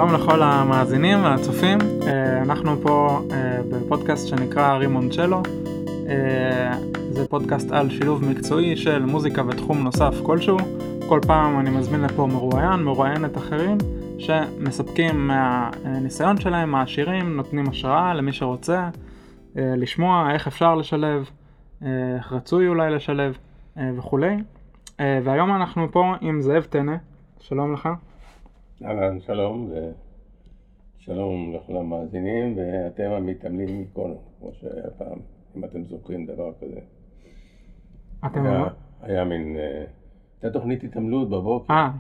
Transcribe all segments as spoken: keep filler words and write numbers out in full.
שלום לכל המאזינים והצופים, אנחנו פה בפודקאסט שנקרא רימונצ'לו. זה פודקאסט על שילוב מקצועי של מוזיקה ותחום נוסף כלשהו. כל פעם אני מזמין לפה מרואיין, מרואיינת אחרים שמספקים מהניסיון שלהם, מהשירים, נותנים השראה למי שרוצה לשמוע איך אפשר לשלב, איך רצוי אולי לשלב וכולי. והיום אנחנו פה עם זאב טנא. שלום לך. אהלן, שלום, ושלום לכל המאזינים, ואתם המתאמנים מיקונו, כמו שהיה פעם, אם אתם זוכרים דבר כזה. אתם היה, מה? היה מין, הייתה תוכנית התעמלות בבוקר. אה.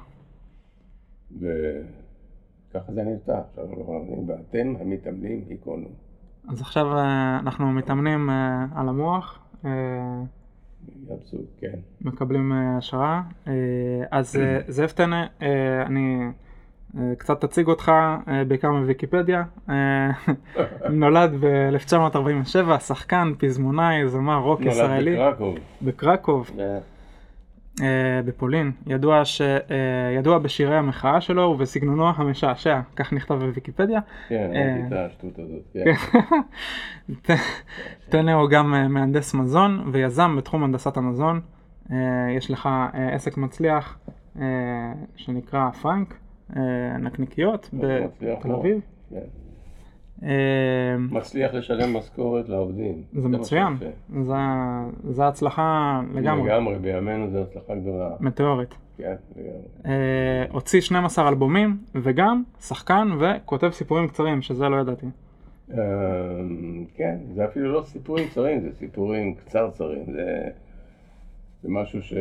וככה זה נפתח, עכשיו אנחנו אומרים, ואתם המתאמנים מיקונו. אז עכשיו אנחנו מתאמנים על המוח. יבסוק, כן. מקבלים השראה. אז זאב טנא, אני קצת תציג אותך בעיקר מוויקיפדיה. נולד ב-אלף תשע מאות ארבעים ושבע, שחקן, פזמונאי, זמר רוק ישראלי. נולד בקרקוב. בקרקוב. בפולין. ידוע ש... ידוע בשירי המחאה שלו ובסגנונו המשעשע, כך נכתב בוויקיפדיה. כן, ראיתי את השטות הזאת, כן. טנא הוא גם מהנדס מזון ויזם בתחום הנדסת המזון. יש לך עסק מצליח שנקרא פרנק, נקניקיות בתל אביב. מצליח לשלם משכורת לעובדים. זה מצוין, זה הצלחה לגמרי. לגמרי, בימינו זו הצלחה גדולה. מטאורית. כן, לגמרי. הוציא שנים עשר אלבומים, וגם שחקן וכותב סיפורים קצרים, שזה לא ידעתי. כן, זה אפילו לא סיפורים קצרים, זה סיפורים קצרצרים. זה משהו ש...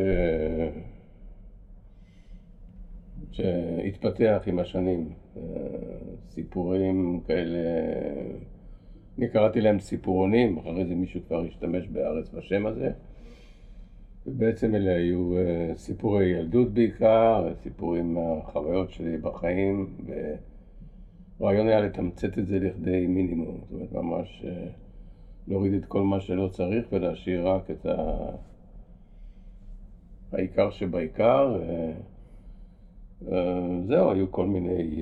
שהתפתח עם השנים. סיפורים כאלה, אני קראתי להם סיפורונים, אחרי זה מישהו כבר השתמש בארץ בשם הזה. ובעצם אלה היו סיפורי ילדות בעיקר, סיפורים מהחוויות שלי בחיים, ורעיון היה לתמצת את זה לכדי מינימום, זאת אומרת ממש להוריד את כל מה שלא צריך ולהשאיר רק את ה... העיקר שבעיקר. זהו, היו כל מיני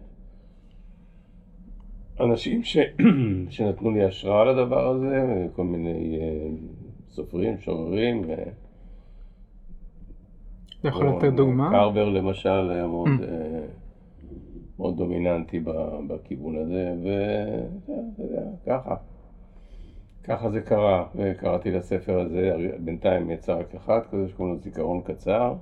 אנשים ש... שנתנו לי השראה לדבר הזה, כל מיני סופרים, שוררים. אתה יכול לתת דוגמה? קרבר למשל היה מאוד, מאוד דומיננטי בכיוון הזה, וככה. ככה זה קרה, וקראתי לספר הזה, בינתיים יצא רק אחד כזה שקוראים לו זיכרון קצר,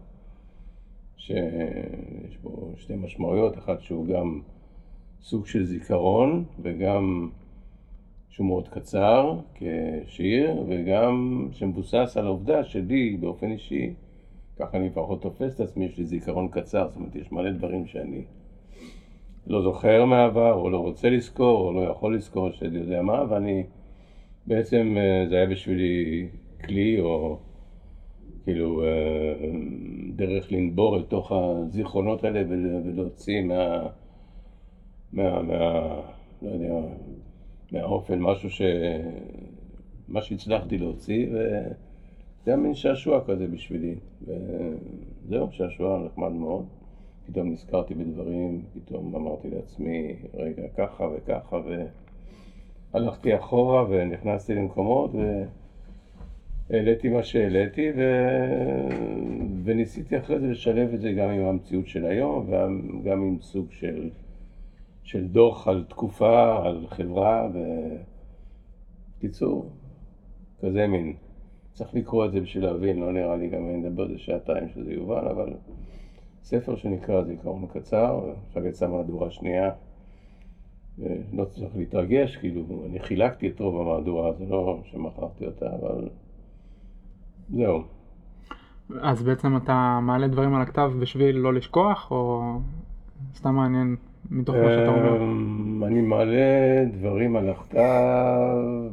שיש בו שתי משמעויות, אחת שהוא גם סוג של זיכרון, וגם שהוא מאוד קצר כשיר, וגם שמבוסס על העובדה שלי באופן אישי, ככה אני לפחות תופס את עצמי, יש לי זיכרון קצר, זאת אומרת יש מלא דברים שאני לא זוכר מהעבר, או לא רוצה לזכור, או לא יכול לזכור, שאני יודע מה, ואני בעצם זה היה בשבילי כלי, או כאילו דרך לנבור אל תוך הזיכרונות האלה ולהוציא מה, מה, מה, לא יודע, מהאופן, משהו ש... מה שהצלחתי להוציא, וזה היה מין שעשוע כזה בשבילי, וזהו, שעשוע נחמד מאוד. פתאום נזכרתי בדברים, פתאום אמרתי לעצמי, רגע, ככה וככה, והלכתי אחורה ונכנסתי למקומות, ו... העליתי מה שהעליתי, ו... וניסיתי אחרי זה לשלב את זה גם עם המציאות של היום, וגם עם סוג של, של דוח על תקופה, על חברה, וקיצור, כזה מין. צריך לקרוא את זה בשביל להבין, לא נראה לי גם אני אדבר את זה שעתיים שזה יובן, אבל ספר שנקרא זיכרון קצר, עכשיו יצא מהדורה שנייה, ולא צריך להתרגש, כאילו אני חילקתי את רוב המהדורה, זה לא שמכרתי אותה, אבל... זהו. אז בעצם אתה מעלה דברים על הכתב בשביל לא לשכוח, או סתם מעניין מתוך מה שאתה אומר? אני מעלה דברים על הכתב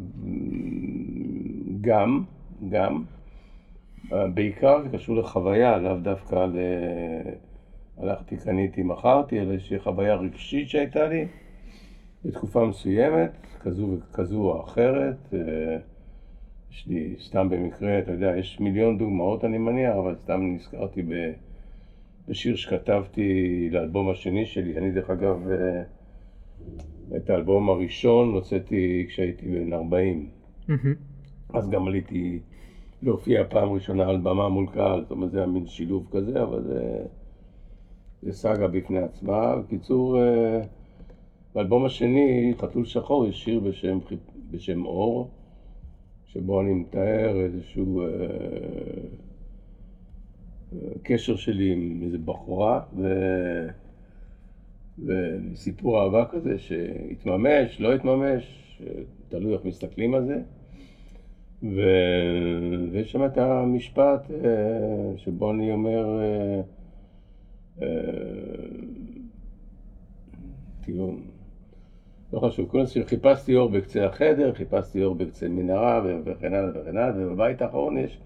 גם, גם. בעיקר זה קשור לחוויה, לאו דווקא ל... הלכתי, קניתי, מכרתי, אלא איזושהי חוויה רגשית שהייתה לי בתקופה מסוימת, כזו וכזו או אחרת. יש לי סתם במקרה, אתה יודע, יש מיליון דוגמאות אני מניח, אבל סתם נזכרתי בשיר שכתבתי לאלבום השני שלי. אני דרך אגב, את האלבום הראשון הוצאתי כשהייתי בן ארבעים. אז גם עליתי להופיע פעם ראשונה על במה מול קהל, זאת אומרת זה היה מין שילוב כזה, אבל זה, זה סאגה בפני עצמה. בקיצור, באלבום השני, חתול שחור, יש שיר בשם, בשם אור, שבו אני מתאר איזשהו אה, קשר שלי עם איזו בחורה, ו... וסיפור אהבה כזה שהתממש, לא התממש, תלוי איך מסתכלים על זה. ו... ויש שם את המשפט אה, שבו אני אומר, אה, אה, תראו, לא חשוב, כל הזמן חיפשתי אור בקצה החדר, חיפשתי אור בקצה מנהרה וכן הלאה וכן הלאה, ובבית האחרון יש,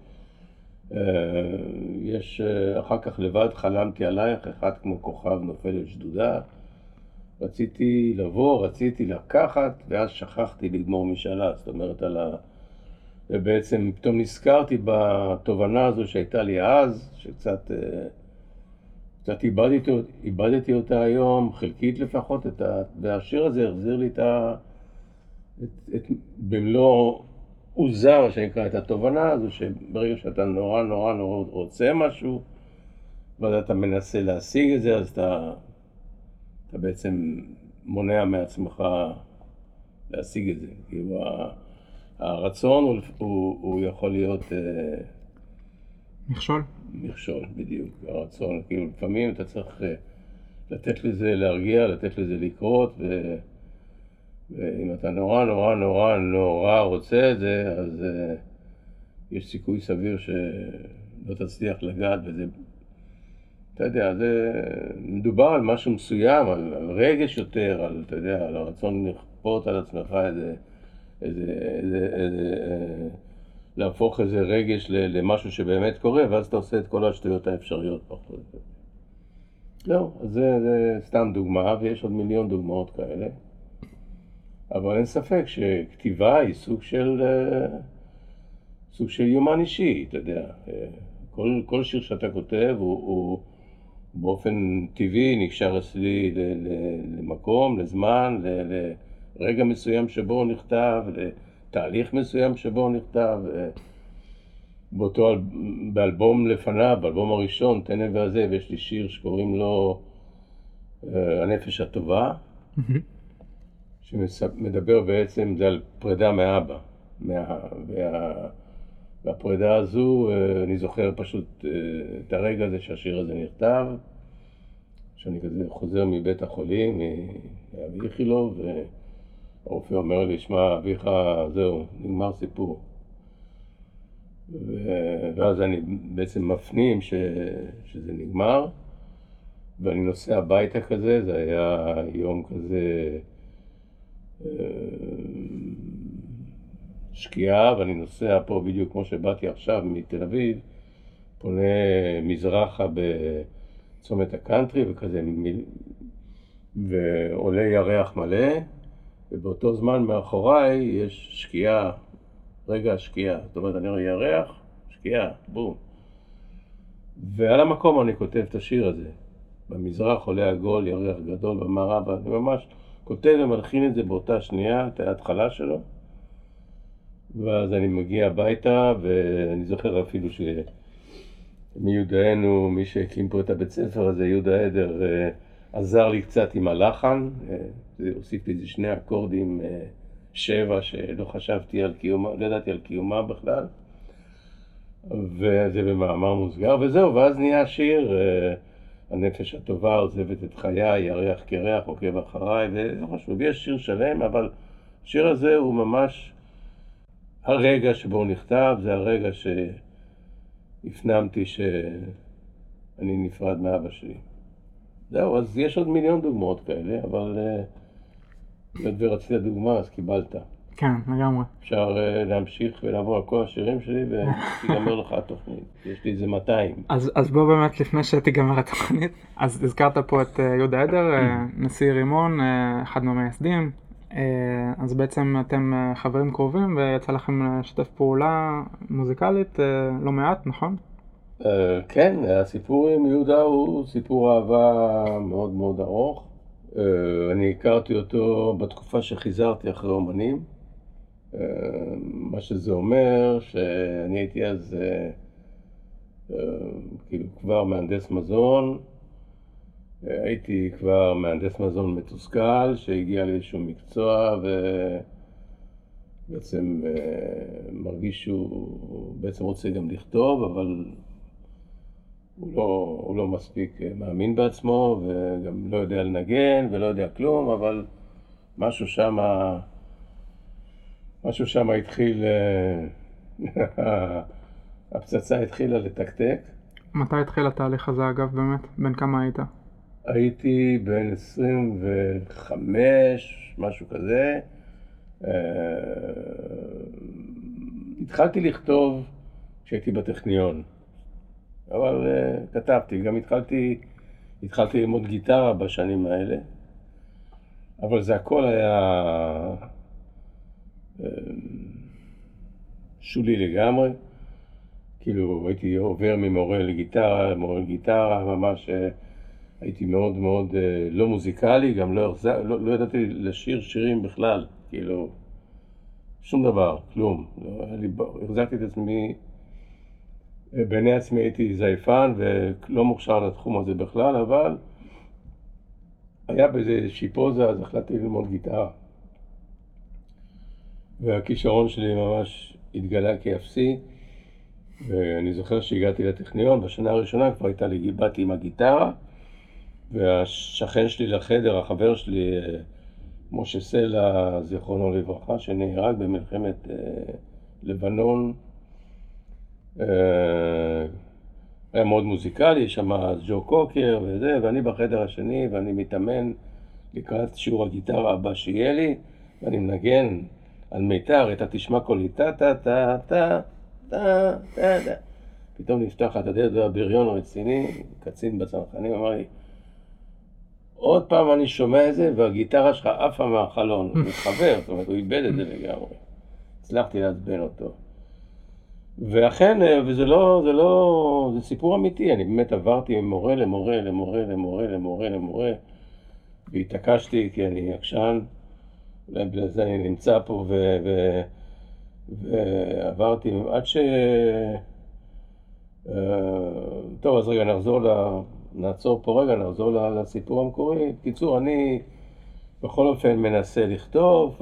יש אחר כך לבד חלמתי עלייך, אחד כמו כוכב נופל לשדודה, רציתי לבוא, רציתי לקחת, ואז שכחתי לגמור משאלה, זאת אומרת על ה... ובעצם פתאום נזכרתי בתובנה הזו שהייתה לי אז, שקצת... קצת איבדתי, איבדתי אותה היום, חלקית לפחות, את ה... והשיר הזה החזיר לי את ה... את, את... במלוא עוזה, מה שנקרא, את התובנה הזו, שברגע שאתה נורא נורא נורא רוצה משהו, ואז אתה מנסה להשיג את זה, אז אתה, אתה בעצם מונע מעצמך להשיג את זה. כאילו, הרצון הוא, הוא, הוא יכול להיות... מכשול? מכשול, בדיוק. הרצון, כאילו, לפעמים אתה צריך לתת לזה להרגיע, לתת לזה לקרות, ו... ואם אתה נורא נורא נורא נורא רוצה את זה, אז uh, יש סיכוי סביר שלא תצליח לגעת בזה. אתה יודע, זה מדובר על משהו מסוים, על, על רגש יותר, על, אתה יודע, על הרצון לכפות על עצמך איזה, איזה, איזה, איזה, איזה להפוך איזה רגש למשהו שבאמת קורה, ואז אתה עושה את כל השטויות האפשריות פחות. לא, אז זה, זה סתם דוגמה, ויש עוד מיליון דוגמאות כאלה. אבל אין ספק שכתיבה היא סוג של, סוג של יומן אישי, אתה יודע. כל, כל שיר שאתה כותב הוא, הוא באופן טבעי נקשר אצלי ל, ל, למקום, לזמן, ל, לרגע מסוים שבו הוא נכתב, לתהליך מסוים שבו הוא נכתב. באותו, באלבום לפניו, באלבום הראשון, תן והזה, ויש לי שיר שקוראים לו הנפש הטובה. שמדבר בעצם זה על פרידה מאבא, מה, וה, והפרידה הזו, אני זוכר פשוט את הרגע הזה שהשיר הזה נכתב, שאני כזה חוזר מבית החולים, מאבי איכילוב, והרופא אומר לי, שמע, אביך, זהו, נגמר סיפור. ו, ואז אני בעצם מפנים ש, שזה נגמר, ואני נוסע הביתה כזה, זה היה יום כזה, שקיעה, ואני נוסע פה בדיוק כמו שבאתי עכשיו מתל אביב, פונה מזרחה בצומת הקאנטרי וכזה, ועולה ירח מלא, ובאותו זמן מאחוריי יש שקיעה, רגע שקיעה, זאת אומרת אני רואה ירח, שקיעה, בום. ועל המקום אני כותב את השיר הזה, במזרח עולה עגול, ירח גדול, במערב, אני ממש כותב ומלחין את זה באותה שנייה, את ההתחלה שלו. ואז אני מגיע הביתה, ואני זוכר אפילו שמיודענו, מי שהקים פה את הבית ספר הזה, יהודה עדר, עזר לי קצת עם הלחן. זה הוסיף לי איזה שני אקורדים, שבע, שלא חשבתי על קיומה, לא ידעתי על קיומה בכלל. וזה במאמר מוסגר, וזהו, ואז נהיה השיר, הנפש הטובה עוזבת את חיי, ירח קרח, עוקב אחריי, ולא חשוב, יש שיר שלם, אבל השיר הזה הוא ממש הרגע שבו הוא נכתב, זה הרגע שהפנמתי שאני נפרד מאבא שלי. זהו, אז יש עוד מיליון דוגמאות כאלה, אבל היות ורצית דוגמה, אז קיבלת. כן, לגמרי. אפשר להמשיך ולעבור על כל השירים שלי ותיגמר לך התוכנית. יש לי איזה מאתיים. אז, אז בוא באמת לפני שתיגמר התוכנית, אז הזכרת פה את יהודה עדר, נשיא רימון, אחד מהמייסדים. אז בעצם אתם חברים קרובים ויצא לכם לשתף פעולה מוזיקלית לא מעט, נכון? כן, הסיפור עם יהודה הוא סיפור אהבה מאוד מאוד ארוך. אני הכרתי אותו בתקופה שחיזרתי אחרי אומנים. מה שזה אומר שאני הייתי אז כאילו כבר מהנדס מזון. הייתי כבר מהנדס מזון מתוסכל שהגיע לאיזשהו מקצוע ובעצם מרגיש שהוא בעצם רוצה גם לכתוב, אבל הוא לא, הוא לא מספיק מאמין בעצמו וגם לא יודע לנגן ולא יודע כלום, אבל משהו שם, משהו שם התחיל, הפצצה התחילה לתקתק. מתי התחיל התהליך הזה אגב באמת? בין כמה היית? הייתי בן עשרים וחמש, משהו כזה. התחלתי לכתוב כשהייתי בטכניון, אבל כתבתי, גם התחלתי, התחלתי ללמוד גיטרה בשנים האלה, אבל זה הכל היה שולי לגמרי. כאילו הייתי עובר ממורה לגיטרה, למורה לגיטרה, ממש הייתי מאוד מאוד לא מוזיקלי, גם לא, לא, לא ידעתי לשיר שירים בכלל, כאילו שום דבר, כלום. לא, החזקתי את עצמי, בעיני עצמי הייתי זייפן ולא מוכשר לתחום הזה בכלל, אבל היה באיזה שיפוזה, אז החלטתי ללמוד גיטרה. והכישרון שלי ממש התגלה כאפסי, ואני זוכר שהגעתי לטכניון, בשנה הראשונה כבר הייתה לי, באתי עם הגיטרה, והשכן שלי לחדר, החבר שלי, משה סלע, זיכרונו לברכה, שנהרג במלחמת לבנון, היה מאוד מוזיקלי, שם ג'ו קוקר וזה, ואני בחדר השני, ואני מתאמן לקראת שיעור הגיטרה הבא שיהיה לי, ואני מנגן על מיתר, אתה תשמע קולי, טה טה טה טה טה טה טה. פתאום נפתחת הדלת והבריון הרציני, קצין בצנחנים, אמר לי, עוד פעם אני שומע את זה, והגיטרה שלך עפה מהחלון, הוא מתחבר, זאת אומרת, הוא איבד את זה לגמרי. הצלחתי לעצבן אותו. ואכן, וזה לא, זה לא, זה סיפור אמיתי, אני באמת עברתי ממורה למורה, למורה, למורה, למורה, למורה, והתעקשתי כי אני עקשן, אולי בגלל זה אני נמצא פה, ו, ו, ועברתי עד ש... טוב, אז רגע, נחזור ל... נעצור פה רגע, נחזור לסיפור המקורי. בקיצור, אני בכל אופן מנסה לכתוב,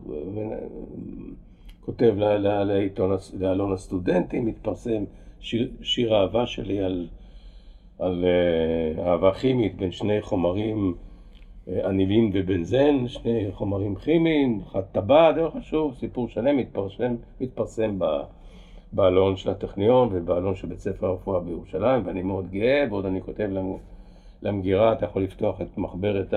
כותב לעיתון, לעלון הסטודנטים, מתפרסם שיר, שיר אהבה שלי על, על אהבה כימית בין שני חומרים, אנילין ובנזן, שני חומרים כימיים, אחד טבעת, זה לא חשוב, סיפור שלם מתפרסם, מתפרסם ב... בעלון של הטכניון ובעלון של בית ספר הרפואה בירושלים, ואני מאוד גאה, ועוד אני כותב למגירה, אתה יכול לפתוח את מחברת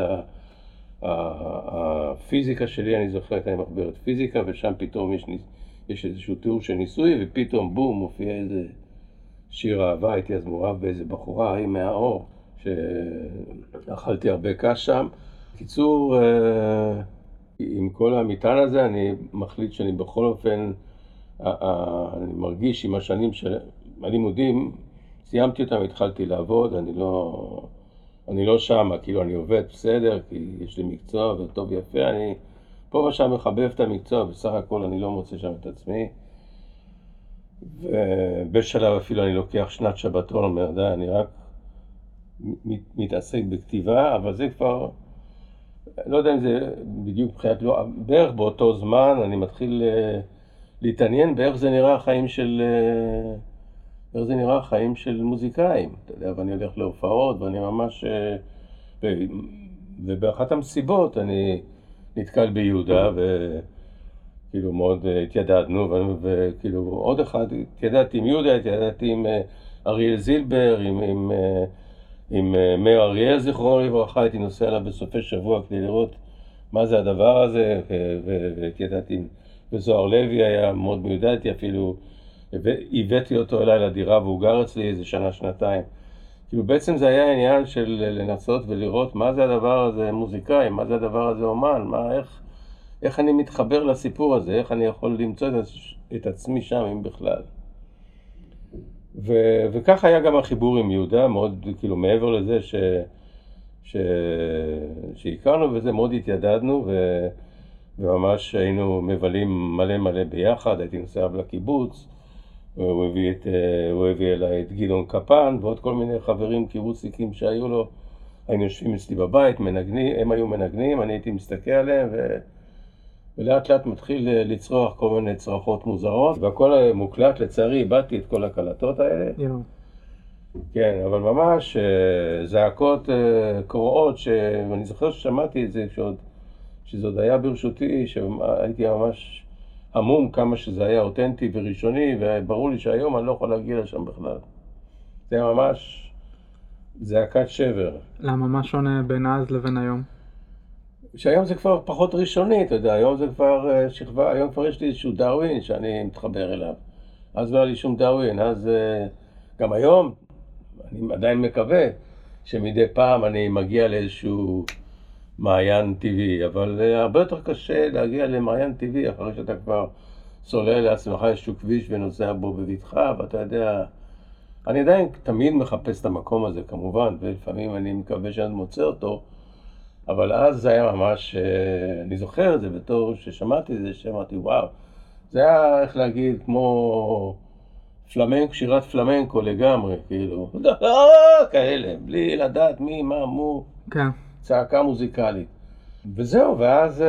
הפיזיקה שלי, אני זוכר את מחברת פיזיקה, ושם פתאום יש, יש איזשהו תיאור של ניסוי, ופתאום בום, מופיע איזה שיר אהבה, הייתי אז מאוהב באיזה בחורה, היא מהאור, שאכלתי הרבה קש שם. בקיצור, עם כל המטען הזה, אני מחליט שאני בכל אופן, אני מרגיש עם השנים של הלימודים, סיימתי אותם, התחלתי לעבוד, אני לא, אני לא שם, כאילו אני עובד בסדר, כי יש לי מקצוע וטוב יפה, אני פה ושם מחבב את המקצוע, בסך הכל אני לא מוצא שם את עצמי. ובשלב אפילו אני לוקח שנת שבתון, אומר, די, אני רק מתעסק בכתיבה, אבל זה כבר, לא יודע אם זה בדיוק בחיית, לא, בערך באותו זמן אני מתחיל להתעניין באיך זה נראה החיים של, איך זה נראה החיים של מוזיקאים, אתה יודע, ואני הולך להופעות, ואני ממש, ובאחת המסיבות אני נתקל ביהודה, וכאילו מאוד התיידדנו, וכאילו עוד אחד, התיידדתי עם יהודה, התיידדתי עם אריאל זילבר, עם, עם, עם מאיר אריאל, זיכרונו לברכה, הייתי נוסע אליו בסופי שבוע כדי לראות מה זה הדבר הזה, והתיידדתי עם... וזוהר לוי היה מאוד מיודדתי, אפילו הבאתי אותו אליי לדירה והוא גר אצלי איזה שנה, שנתיים. כאילו בעצם זה היה העניין של לנסות ולראות מה זה הדבר הזה מוזיקאי, מה זה הדבר הזה אומן, מה, איך, איך אני מתחבר לסיפור הזה, איך אני יכול למצוא את, את עצמי שם אם בכלל. ו, וכך היה גם החיבור עם יהודה, מאוד, כאילו, מעבר לזה ש, ש, שהכרנו וזה, מאוד התיידדנו, ו, וממש היינו מבלים מלא מלא ביחד, הייתי נוסע לקיבוץ, הוא הביא, את, הוא הביא אליי את גדעון קפן ועוד כל מיני חברים קיבוצניקים שהיו לו, היינו יושבים אצלי בבית, מנגנים, הם היו מנגנים, אני הייתי מסתכל עליהם ו... ולאט לאט מתחיל לצרוח כל מיני צרחות מוזרות, והכל מוקלט, לצערי איבדתי את כל הקלטות האלה. יו. כן, אבל ממש זעקות קוראות, שאני זוכר ששמעתי את זה כשעוד, שזה עוד היה ברשותי, שהייתי ממש המום כמה שזה היה אותנטי וראשוני, וברור לי שהיום אני לא יכול להגיע לשם בכלל. זה היה ממש זעקת שבר. למה, מה שונה בין אז לבין היום? שהיום זה כבר פחות ראשוני, אתה יודע, היום זה כבר שכבה, היום כבר יש לי איזשהו דרווין שאני מתחבר אליו. אז לא היה לי שום דרווין, אז גם היום, אני עדיין מקווה שמדי פעם אני מגיע לאיזשהו מעיין טבעי, אבל הרבה יותר קשה להגיע למעיין טבעי אחרי שאתה כבר סולל לעצמך איזשהו כביש ונוסע בו בבטחה, ואתה יודע, אני עדיין תמיד מחפש את המקום הזה כמובן, ולפעמים אני מקווה שאני מוצא אותו, אבל אז זה היה ממש, אני זוכר את זה בתור ששמעתי את זה, שאמרתי וואו, זה היה איך להגיד כמו פלמנק, שירת פלמנקו לגמרי, כאילו, כאלה, בלי לדעת מי, מה, מו, כן. צעקה מוזיקלית. וזהו, ואז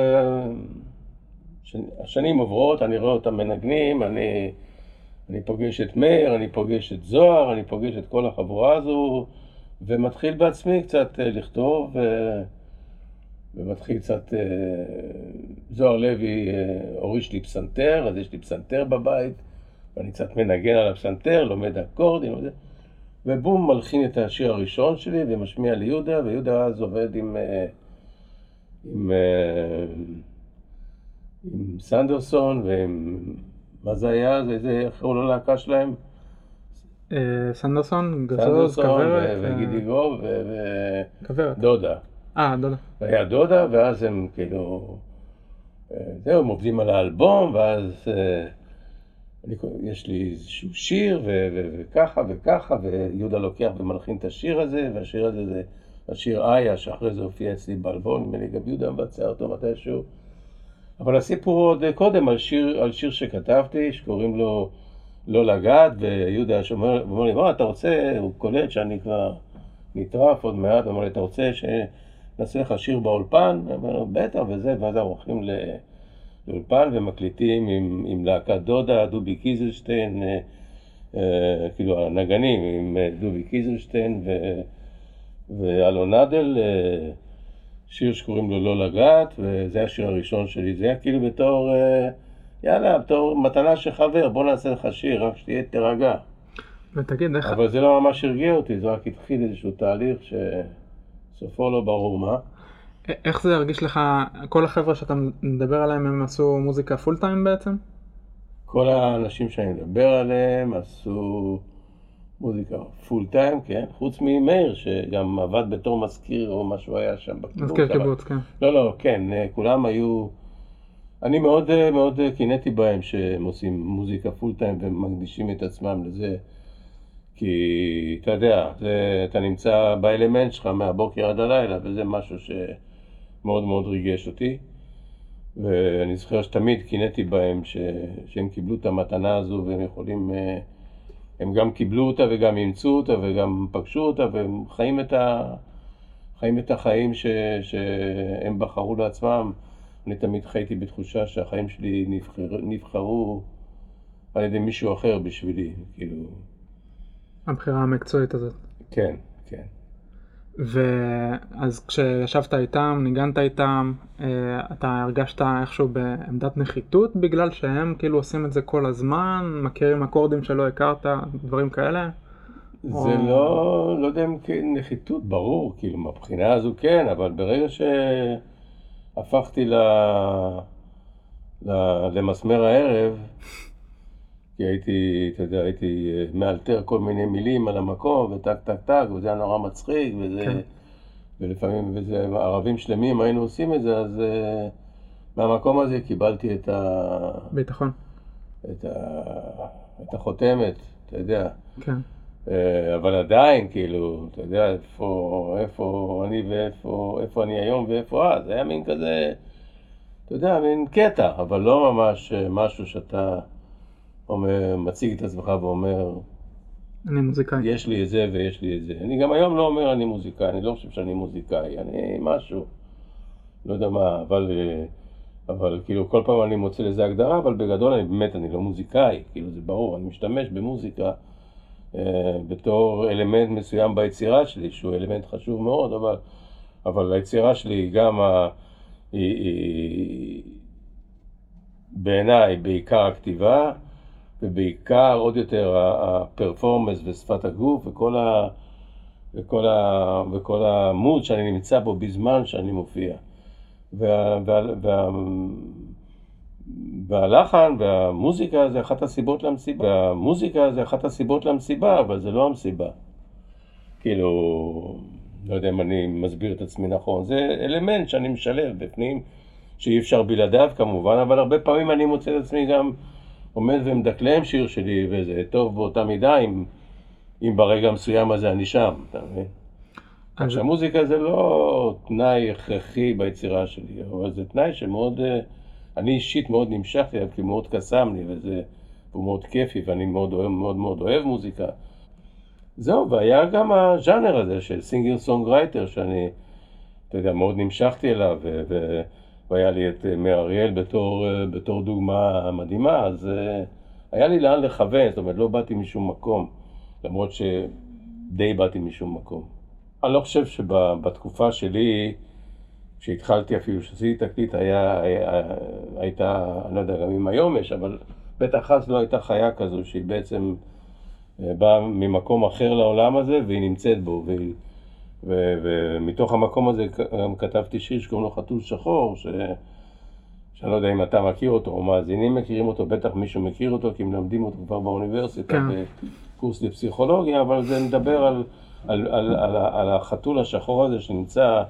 השנים עוברות, אני רואה אותם מנגנים, אני, אני פוגש את מאיר, אני פוגש את זוהר, אני פוגש את כל החבורה הזו, ומתחיל בעצמי קצת לכתוב, ו... ומתחיל קצת, זוהר לוי הוריש לי פסנתר, אז יש לי פסנתר בבית, ואני קצת מנגן על הפסנתר, לומד אקורדים, וזה, ובום, מלחין את השיר הראשון שלי, ומשמיע ליהודה, ויהודה אז עובד עם, עם, עם סנדרסון, ועם, מה זה היה? זה, זה, איך קראו לו להקה שלהם? סנדרסון, גזוז, כברת. וגידי גוב, ודודה. אה, דודה. היה דודה, ואז הם כאילו, זהו, הם עובדים על האלבום, ואז אני, יש לי איזשהו שיר, ו- ו- וככה וככה, ויהודה לוקח ומלחין את השיר הזה, והשיר הזה זה השיר איה, שאחרי זה הופיע אצלי באלבום, נדמה לי גם יהודה מבצע אותו מתישהו. אבל הסיפור עוד קודם על שיר, על שיר שכתבתי, שקוראים לו לא לגעת, ויהודה שאומר, אומר לי, מה אתה רוצה, הוא קולט שאני כבר נטרף עוד מעט, הוא אומר לי, אתה רוצה שנעשה לך שיר באולפן? הוא אומר לו, בטח, וזה, ואז אנחנו הולכים לאולפן ומקליטים עם, עם להקת דודה, דובי קיזלשטיין, אה, אה, כאילו הנגנים, עם דובי קיזלשטיין ו, ואלון נדל, אה, שיר שקוראים לו לא לגעת, וזה השיר הראשון שלי, זה היה כאילו בתור, אה, יאללה, בתור מתנה של חבר, בוא נעשה לך שיר, רק שתהיה תרגע. ותגיד, איך... אבל זה לא ממש הרגיע אותי, זה רק התחיל איזשהו תהליך שסופו לא ברור מה. איך זה הרגיש לך, כל החבר'ה שאתה מדבר עליהם הם עשו מוזיקה פול טיים בעצם? כל האנשים שאני מדבר עליהם עשו מוזיקה פול טיים, כן, חוץ ממאיר שגם עבד בתור מזכיר או משהו היה שם בקיבוץ. מזכיר קיבוץ, כן. לא, לא, כן, כולם היו, אני מאוד מאוד קינאתי בהם שהם עושים מוזיקה פול טיים ומקדישים את עצמם לזה, כי אתה יודע, זה, אתה נמצא באלמנט שלך מהבוקר עד הלילה, וזה משהו שמאוד מאוד ריגש אותי. ואני זוכר שתמיד קינאתי בהם ש... שהם קיבלו את המתנה הזו, והם יכולים, הם גם קיבלו אותה וגם אימצו אותה וגם פגשו אותה, והם חיים את, ה... חיים את החיים ש... שהם בחרו לעצמם. אני תמיד חייתי בתחושה שהחיים שלי נבחר... נבחרו על ידי מישהו אחר בשבילי, כאילו... הבחירה המקצועית הזאת. כן, כן. ואז כשישבת איתם, ניגנת איתם, אתה הרגשת איכשהו בעמדת נחיתות בגלל שהם כאילו עושים את זה כל הזמן, מכירים אקורדים שלא הכרת, דברים כאלה? זה או... לא, לא יודע אם נחיתות, ברור, כאילו מבחינה הזו כן, אבל ברגע שהפכתי ל... ל... למסמר הערב, כי הייתי, אתה יודע, הייתי מאלתר כל מיני מילים על המקום, וטק טק טק, וזה היה נורא מצחיק, וזה, כן. ולפעמים, וזה, ערבים שלמים היינו עושים את זה, אז uh, מהמקום הזה קיבלתי את ה... ביטחון. את, ה, את החותמת, אתה יודע. כן. אבל עדיין, כאילו, אתה יודע, איפה, איפה אני ואיפה איפה אני היום ואיפה אז, זה היה מין כזה, אתה יודע, מין קטע, אבל לא ממש משהו שאתה אומר, מציג את עצמך ואומר, אני מוזיקאי. יש לי את זה ויש לי את זה. אני גם היום לא אומר אני מוזיקאי, אני לא חושב שאני מוזיקאי, אני משהו, לא יודע מה, אבל, אבל כאילו כל פעם אני מוצא לזה הגדרה, אבל בגדול אני באמת, אני לא מוזיקאי, כאילו זה ברור, אני משתמש במוזיקה, בתור אלמנט מסוים ביצירה שלי, שהוא אלמנט חשוב מאוד, אבל, אבל היצירה שלי היא גם, ה, היא, היא, בעיניי, בעיקר הכתיבה, ובעיקר עוד יותר הפרפורמנס ושפת הגוף, וכל, ה, וכל, ה, וכל המוד שאני נמצא בו בזמן שאני מופיע. וה, וה, וה, והלחן והמוזיקה זה אחת הסיבות למסיבה, והמוזיקה זה אחת הסיבות למסיבה, אבל זה לא המסיבה. כאילו, לא יודע אם אני מסביר את עצמי נכון, זה אלמנט שאני משלב בפנים, שאי אפשר בלעדיו כמובן, אבל הרבה פעמים אני מוצא את עצמי גם עומד ומדקלם שיר שלי, וזה טוב באותה מידה, אם, אם ברגע מסוים הזה אני שם, אתה מבין? אז המוזיקה זה לא תנאי הכרחי ביצירה שלי, אבל זה תנאי שמאוד... אני אישית מאוד נמשכתי עליו, כי מאוד קסם לי, וזה, הוא מאוד כיפי, ואני מאוד אוהב, מאוד מאוד אוהב מוזיקה. זהו, והיה גם הז'אנר הזה של סינגר סונגרייטר, שאני, אתה יודע, מאוד נמשכתי אליו, ו- ו- והיה לי את מאיר אריאל בתור, בתור דוגמה מדהימה, אז היה לי לאן לכוון, זאת אומרת, לא באתי משום מקום, למרות שדי באתי משום מקום. אני לא חושב שבתקופה שלי, כשהתחלתי אפילו שעשיתי תקליט, היה, היה, הייתה, אני לא יודע גם אם היום יש, אבל בטח אז לא הייתה חיה כזו שהיא בעצם באה ממקום אחר לעולם הזה והיא נמצאת בו. והיא, ו, ומתוך המקום הזה גם כתבתי שיר שקוראים לו חתול שחור, ש, שאני לא יודע אם אתה מכיר אותו או מאזינים מכירים אותו, בטח מישהו מכיר אותו כי מלמדים אותו כבר באוניברסיטה בקורס לפסיכולוגיה, אבל זה מדבר על, על, על, על, על החתול השחור הזה שנמצא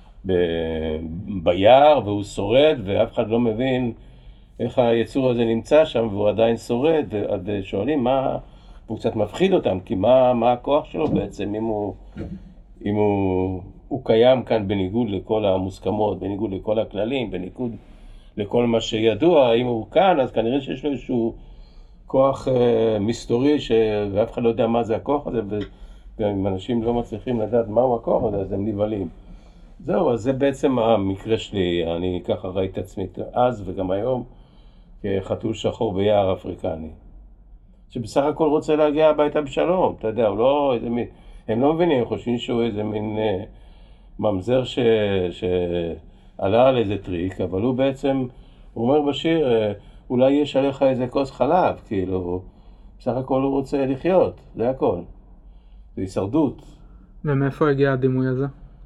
ב- ביער והוא שורד ואף אחד לא מבין איך היצור הזה נמצא שם והוא עדיין שורד, ושואלים מה, הוא קצת מפחיד אותם, כי מה, מה הכוח שלו בעצם אם הוא, אם הוא, הוא קיים כאן בניגוד לכל המוסכמות, בניגוד לכל הכללים, בניגוד לכל מה שידוע, אם הוא כאן אז כנראה שיש לו איזשהו כוח אה, מסתורי ש... ואף אחד לא יודע מה זה הכוח הזה, וגם אנשים לא מצליחים לדעת מהו הכוח הזה אז הם נבהלים. זהו, אז זה בעצם המקרה שלי, אני ככה ראיתי את עצמי אז וגם היום כחתול שחור ביער אפריקני, שבסך הכל רוצה להגיע הביתה בשלום, אתה יודע, הוא לא איזה מין, הם לא מבינים, הם חושבים שהוא איזה מין אה, ממזר ש, שעלה על איזה טריק, אבל הוא בעצם, הוא אומר בשיר, אה, אולי יש עליך איזה כוס חלב, כאילו, בסך הכל הוא רוצה לחיות, זה הכל, זה הישרדות. ומאיפה הגיע הדימוי הזה?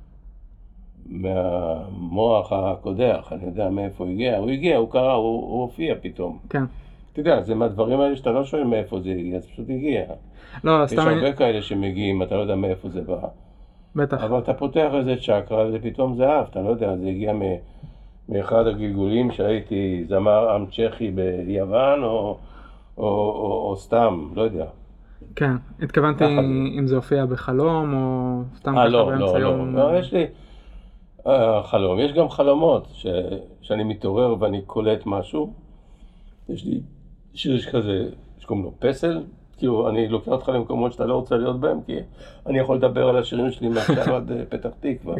מהמוח הקודח, אני יודע מאיפה הוא הגיע, הוא הגיע, הוא קרא, הוא, הוא הופיע פתאום. כן. אתה יודע, זה מהדברים האלה שאתה לא שואל מאיפה זה הגיע, זה פשוט הגיע. לא, יש סתם... הרבה אני... כאלה שמגיעים, אתה לא יודע מאיפה זה בא. בטח. אבל אתה פותח איזה צ'קרה ופתאום זה אהב, אתה לא יודע, זה הגיע מ... מאחד הגלגולים שהייתי זמר עם צ'כי ביוון, או, או, או, או סתם, לא יודע. כן, התכוונתי אם זה הופיע בחלום, או סתם ככה לא, באמצע לא, יום. לא, לא, יש לי... חלום, יש גם חלומות ש... שאני מתעורר ואני קולט משהו. יש לי שיר כזה שקוראים לו פסל, כאילו אני לוקח אותך למקומות שאתה לא רוצה להיות בהם, כי אני יכול לדבר על השירים שלי מעכשיו עד פתח תקווה.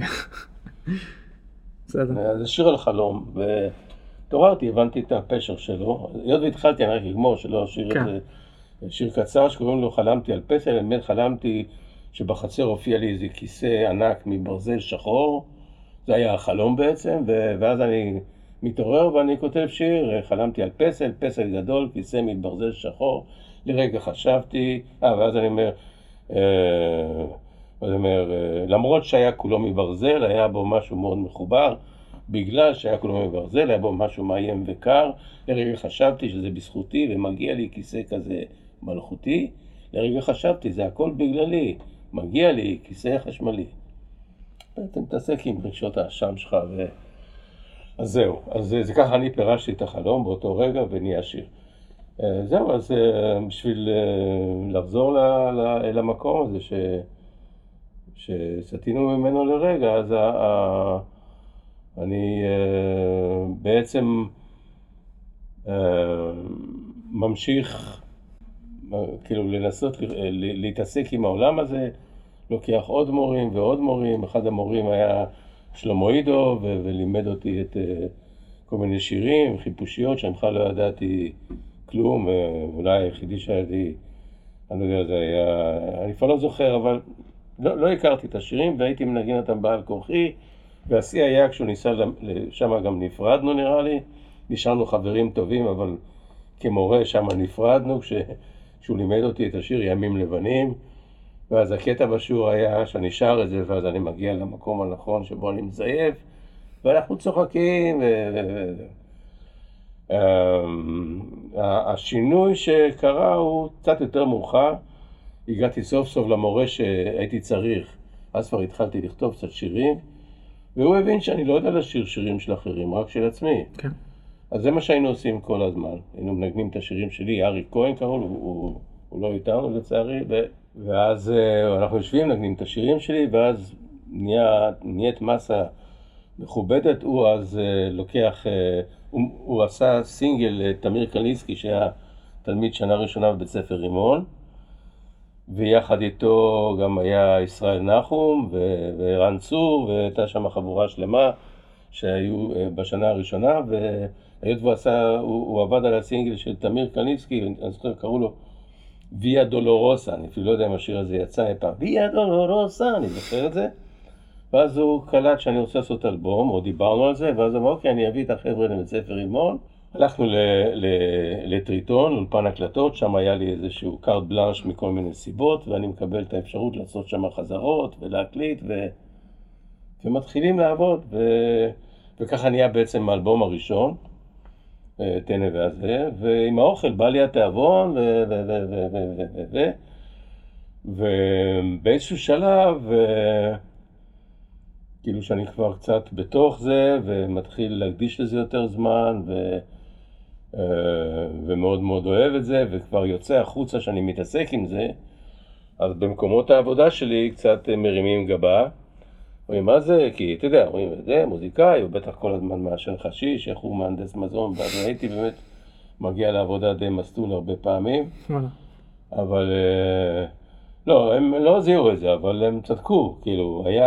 זה שיר על חלום, ותעוררתי, הבנתי את הפשר שלו, היות והתחלתי, אני רק אגמור שלא שיר את זה, שיר קצר שקוראים לו חלמתי על פסל, באמת חלמתי שבחצר הופיע לי איזה כיסא ענק מברזל שחור, זה היה החלום בעצם, ואז אני מתעורר ואני כותב שיר, חלמתי על פסל, פסל גדול, כיסא מברזל שחור, לרגע חשבתי, אה, ואז אני אומר, אה, אני אומר, למרות שהיה כולו מברזל, היה בו משהו מאוד מחובר, בגלל שהיה כולו מברזל, היה בו משהו מאיים וקר, לרגע חשבתי שזה בזכותי ומגיע לי כיסא כזה מלכותי, לרגע חשבתי, זה הכל בגללי, מגיע לי כיסא חשמלי. אתה מתעסק עם רגשות האשם שלך ו... אז זהו, אז זה, זה ככה אני פירשתי את החלום באותו רגע ונהיה שיר. זהו, אז בשביל לחזור למקום הזה ש... שסתינו ממנו לרגע, אז ה... אני בעצם ממשיך כאילו לנסות להתעסק עם העולם הזה, לוקח עוד מורים ועוד מורים. אחד המורים היה שלמה עידו, ולימד אותי את כל מיני שירים, חיפושיות, שאני בכלל לא ידעתי כלום, אולי היחידי שהייתי, אני לא יודע, זה היה, אני כבר לא זוכר, אבל לא, לא הכרתי את השירים, והייתי מנגן אותם בעל כורחי, והשיא היה כשהוא ניסה, שם גם נפרדנו נראה לי, נשארנו חברים טובים, אבל כמורה שם נפרדנו, כש, כשהוא לימד אותי את השיר ימים לבנים, ואז הקטע בשיעור היה שאני שר את זה, ואז אני מגיע למקום הנכון שבו אני מזייף, ואנחנו צוחקים, ו... השינוי שקרה הוא קצת יותר מאוחר. הגעתי סוף סוף למורה שהייתי צריך, אז כבר התחלתי לכתוב קצת שירים, והוא הבין שאני לא יודע לשיר שירים של אחרים, רק של עצמי. כן. אז זה מה שהיינו עושים כל הזמן. היינו מנגנים את השירים שלי, אריק כהן קראו לו, הוא, הוא לא איתנו לצערי, ו... ואז אנחנו יושבים, מנגנים את השירים שלי, ואז נהיה, נהיית מסה מכובדת. הוא אז לוקח, הוא, הוא עשה סינגל תמיר קלינסקי, שהיה תלמיד שנה ראשונה בבית ספר רימון, ויחד איתו גם היה ישראל נחום וערן צור, והייתה שם חבורה שלמה שהיו בשנה הראשונה, והיות והוא עשה, הוא, הוא עבד על הסינגל של תמיר קלינסקי, אני זוכר, קראו לו ויה דולורוסה, אני אפילו לא יודע אם השיר הזה יצא אי פעם, ויה דולורוסה, אני זוכר את זה. ואז הוא קלט שאני רוצה לעשות אלבום, או דיברנו על זה, ואז אמר, אוקיי, אני אביא את החבר'ה לבית ספר רימון. הלכנו לטריטון, אולפן הקלטות, שם היה לי איזשהו קארט בלאנש מכל מיני סיבות, ואני מקבל את האפשרות לעשות שם חזרות ולהקליט, ו... ומתחילים לעבוד, ו... וככה נהיה בעצם האלבום הראשון, תנה והזה, ועם האוכל בא לי התיאבון, ו... ו... ו... ו... ו... ו... ו... ובאיזשהו שלב, כאילו שאני כבר קצת בתוך זה, ומתחיל להקדיש לזה יותר זמן, ו... ומאוד מאוד אוהב את זה, וכבר יוצא החוצה שאני מתעסק עם זה, אז במקומות העבודה שלי קצת מרימים גבה, אומרים מה זה? כי אתה יודע, אומרים זה מוזיקאי, הוא בטח כל הזמן מעשן חשיש, איך הוא מהנדס מזון, ואז הייתי באמת מגיע לעבודה די מסטול הרבה פעמים, אבל לא, הם לא זיהו את זה, אבל הם צדקו, כאילו, היה...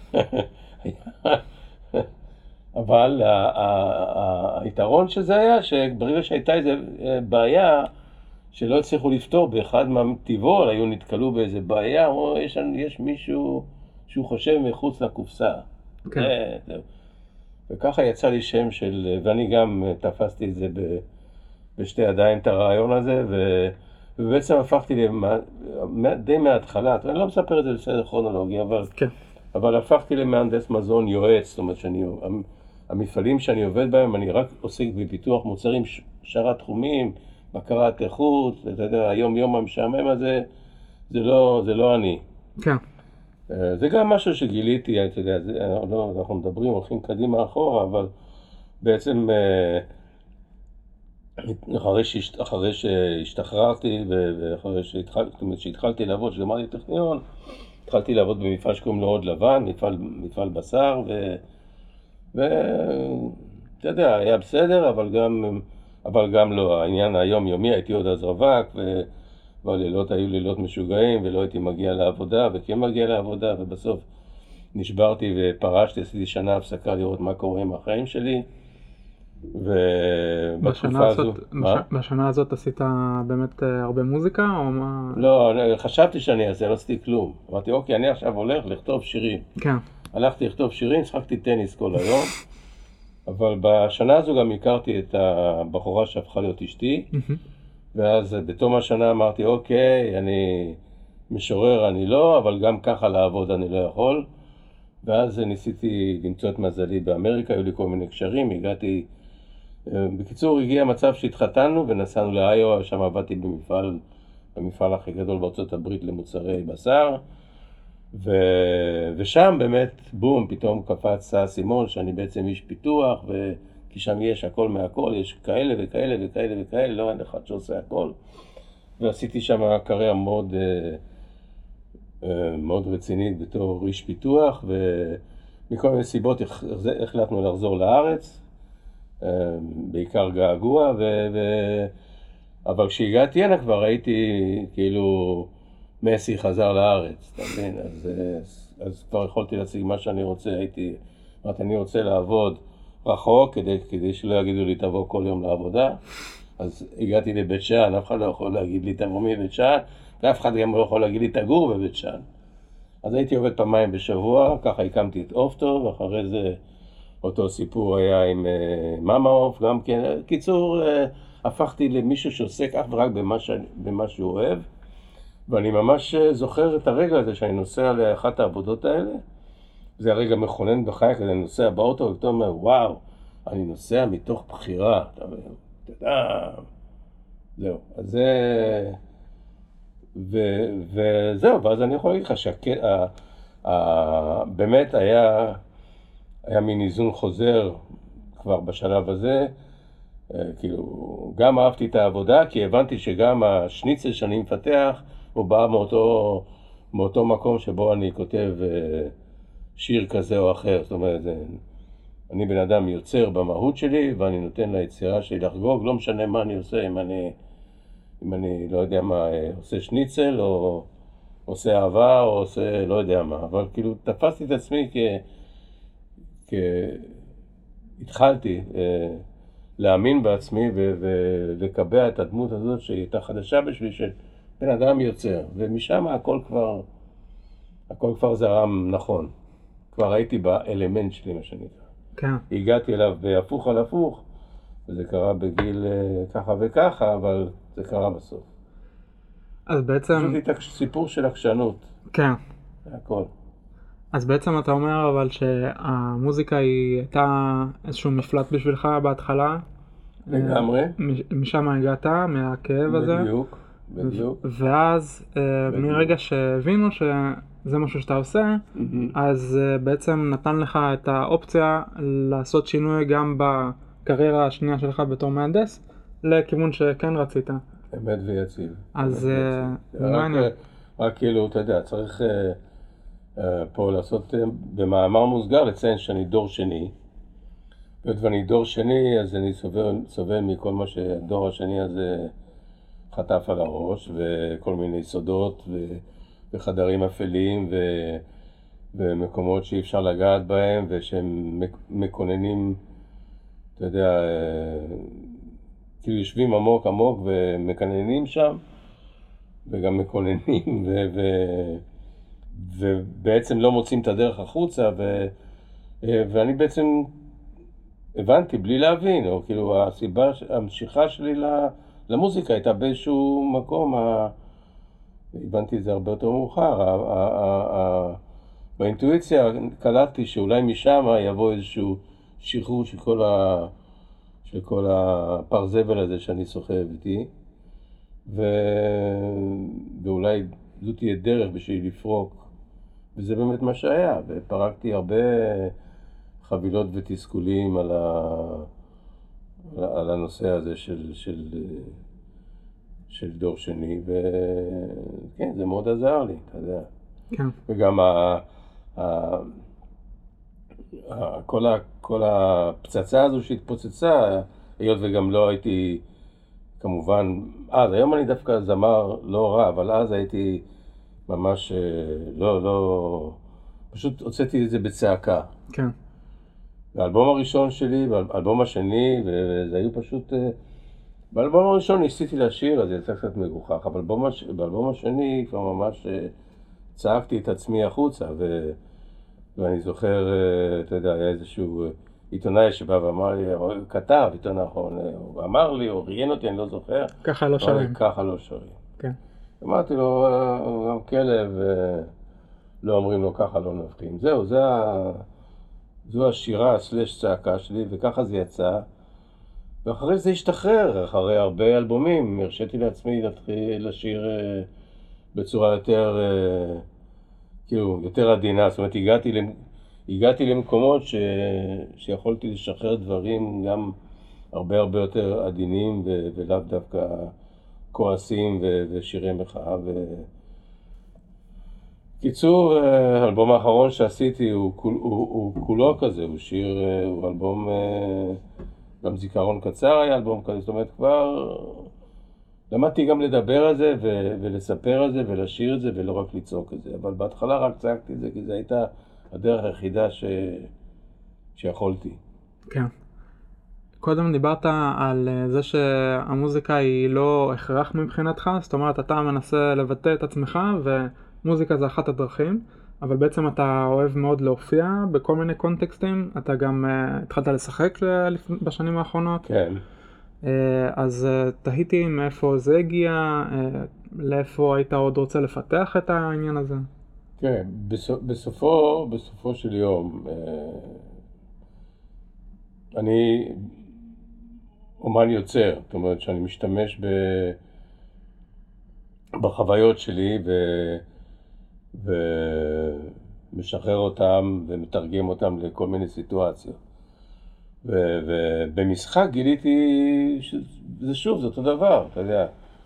אבל היתרון שזה היה שברגע שהייתה איזו בעיה שלא הצליחו לפתור באחד מהטבעול, היו נתקלו באיזו בעיה, או יש, יש מישהו שהוא חושב מחוץ לקופסה. כן. וככה יצא לי שם של, ואני גם תפסתי את זה בשתי ידיים את הרעיון הזה, ו, ובעצם הפכתי די מההתחלה, אני לא מספר את זה בסדר כרונולוגי, אבל... כן. אבל הפכתי למהנדס מזון יועץ, זאת אומרת שאני, המפעלים שאני עובד בהם, אני רק עוסק בפיתוח מוצרים, שאר התחומים, בקרת איכות, אתה יודע, היום יום המשעמם הזה, זה לא, זה לא אני. כן. זה גם משהו שגיליתי, אתה יודע, זה, לא, אנחנו מדברים, הולכים קדימה אחורה, אבל בעצם אחרי, שהשת, אחרי שהשתחררתי ואחרי שהתחל, שהתחלתי לעבוד, שגמרתי את הטכניון, התחלתי לעבוד במפעל שקוראים לו עוד לבן, מפעל, מפעל בשר, ו... ו... אתה יודע, היה בסדר, אבל גם, אבל גם לא. העניין היומיומי, הייתי עוד אז רווק, ו... והלילות היו לילות משוגעים, ולא הייתי מגיע לעבודה, וכן מגיע לעבודה, ובסוף נשברתי ופרשתי, עשיתי שנה הפסקה לראות מה קורה עם החיים שלי. ובתקופה הזו... בשנה הזאת עשית באמת הרבה מוזיקה, או מה? לא, חשבתי שאני אעשה, לא עשיתי כלום. אמרתי, אוקיי, אני עכשיו הולך לכתוב שירים. כן. הלכתי לכתוב שירים, שחקתי טניס כל היום, אבל בשנה הזו גם הכרתי את הבחורה שהפכה להיות אשתי, ואז בתום השנה אמרתי, אוקיי, אני משורר, אני לא, אבל גם ככה לעבוד אני לא יכול. ואז ניסיתי למצוא את מזלי באמריקה, היו לי כל מיני קשרים, הגעתי... בקיצור, הגיע מצב שהתחתנו ונסענו לאיואה, שם עבדתי במפעל, במפעל הכי גדול בארצות הברית למוצרי בשר, ו... ושם באמת, בום, פתאום קפץ האסימון שאני בעצם איש פיתוח, כי שם יש הכל מהכל, יש כאלה וכאלה וכאלה וכאלה, לא אין אחד שעושה הכל. ועשיתי שם קריירה מאוד, מאוד רצינית בתור איש פיתוח, ומכל מיני סיבות החלטנו לחזור לארץ, בעיקר געגוע, ו... ו... אבל כשהגעתי הנה כבר הייתי כאילו מסי חזר לארץ, אתה מבין? אז, אז כבר יכולתי להציג מה שאני רוצה, הייתי, אמרתי, אני רוצה לעבוד רחוק כדי, כדי שלא יגידו לי תבוא כל יום לעבודה. אז הגעתי לבית שאן, אף אחד לא יכול להגיד לי תבוא מבית שאן, ואף אחד גם לא יכול להגיד לי תגור בבית שאן. אז הייתי עובד פעמיים בשבוע, ככה הקמתי את אופטו, ואחרי זה אותו סיפור היה עם uh, מאמה אוף, גם כן. קיצור, uh, הפכתי למישהו שעוסק אך ורק במה, ש... במה שהוא אוהב, ואני ממש זוכר את הרגע הזה שאני נוסע לאחת העבודות האלה. זה הרגע מכונן בחיי, כדי אני נוסע באוטו, ואתה אומר, וואו, אני נוסע מתוך בחירה, אתה יודע, זהו. אז זה... ו... וזהו, ואז אני יכול להגיד לך שבאמת היה, היה מין איזון חוזר כבר בשלב הזה, כאילו, גם אהבתי את העבודה, כי הבנתי שגם השניצל שאני מפתח, הוא בא מאותו, מאותו מקום שבו אני כותב שיר כזה או אחר. זאת אומרת, אני בן אדם יוצר במהות שלי, ואני נותן ליצירה שלי לחגוג, לא משנה מה אני עושה, אם אני, אם אני לא יודע מה, עושה שניצל, או עושה אהבה, או עושה לא יודע מה. אבל כאילו, תפסתי את עצמי כ... כ... התחלתי להאמין בעצמי ולקבע את הדמות הזאת שהייתה חדשה בשבילי של בן אדם יוצר, ומשם הכל כבר, הכל כבר זרם נכון. כבר הייתי באלמנט שלי, מה שנקרא. כן. הגעתי אליו בהפוך על הפוך, וזה קרה בגיל ככה וככה, אבל זה קרה בסוף. אז בעצם... פשוט את סיפור של עקשנות. כן. זה הכל. אז בעצם אתה אומר אבל שהמוזיקה היא הייתה איזשהו מפלט בשבילך בהתחלה. לגמרי. משם הגעת, מהכאב הזה. בדיוק, בדיוק. ואז מרגע שהבינו שזה משהו שאתה עושה, אז בעצם נתן לך את האופציה לעשות שינוי גם בקריירה השנייה שלך בתור מהנדס, לכיוון שכן רצית. אמת ויציב. אז רק כאילו, אתה יודע, צריך... פה לעשות במאמר מוסגר לציין שאני דור שני. ואני דור שני, אז אני סובל, סובל מכל מה שהדור השני הזה חטף על הראש, וכל מיני סודות ו, וחדרים אפלים ו, ומקומות שאי אפשר לגעת בהם, ושהם מקוננים, אתה יודע, כאילו יושבים עמוק עמוק ומקננים שם, וגם מקוננים ו... ו ובעצם לא מוצאים את הדרך החוצה, ו... ואני בעצם הבנתי בלי להבין, או כאילו הסיבה, המשיכה שלי למוזיקה הייתה באיזשהו מקום, ה... הבנתי את זה הרבה יותר מאוחר, ה... ה... ה... באינטואיציה קלטתי שאולי משם יבוא איזשהו שחרור של כל, ה... של כל הפרזבל הזה שאני סוחב איתי, ו... ואולי זו תהיה דרך בשביל לפרוק. וזה באמת מה שהיה, ופרקתי הרבה חבילות ותסכולים על, ה... על הנושא הזה של, של, של דור שני, וכן, זה מאוד עזר לי, אתה יודע. כן. וגם ה... ה... ה... כל, ה... כל הפצצה הזו שהתפוצצה, היות וגם לא הייתי, כמובן, אז היום אני דווקא זמר לא רע, אבל אז הייתי ממש לא, לא, פשוט הוצאתי את זה בצעקה. כן. באלבום הראשון שלי, באלבום השני, וזה היו פשוט, באלבום הראשון ניסיתי לשיר, אז זה יצא קצת מגוחך, אבל באלבום השני כבר ממש צעקתי את עצמי החוצה, ו... ואני זוכר, אתה יודע, היה איזשהו עיתונאי שבא ואמר לי, כתב, עיתונאי נכון, הוא אמר לי, הוא ראיין אותי, אני לא זוכר. ככה לא שרים. ככה לא שרים. כן. אמרתי לו, הוא גם כלב, לא אומרים לו ככה לא נבחים. זהו, זה ה... זו השירה סלש צעקה שלי, וככה זה יצא. ואחרי זה השתחרר, אחרי הרבה אלבומים, הרשיתי לעצמי להתחיל לשיר בצורה יותר, כאילו, יותר עדינה. זאת אומרת, הגעתי, הגעתי למקומות ש... שיכולתי לשחרר דברים גם הרבה הרבה יותר עדינים ו... ולאו דווקא כועסים ו... ושירי מחאה. ו... קיצור, האלבום האחרון שעשיתי הוא, כול, הוא, הוא כולו כזה, הוא שיר, הוא אלבום, גם זיכרון קצר היה אלבום כזה, זאת אומרת כבר למדתי גם לדבר על זה ו- ולספר על זה ולשיר את זה ולא רק לצעוק את זה, אבל בהתחלה רק צעקתי את זה כי זו הייתה הדרך היחידה ש... שיכולתי. כן. קודם דיברת על זה שהמוזיקה היא לא הכרח מבחינתך, זאת אומרת אתה מנסה לבטא את עצמך ומוזיקה זה אחת הדרכים, אבל בעצם אתה אוהב מאוד להופיע בכל מיני קונטקסטים, אתה גם uh, התחלת לשחק בשנים האחרונות. כן. Uh, אז uh, תהיתי מאיפה זה הגיע, uh, לאיפה היית עוד רוצה לפתח את העניין הזה? כן, בסופ, בסופו, בסופו של יום, uh, אני אומן יוצר, זאת אומרת שאני משתמש ב, בחוויות שלי ו... ומשחרר אותם ומתרגם אותם לכל מיני סיטואציות. ו- ובמשחק גיליתי שזה שוב, זה אותו דבר, אתה יודע.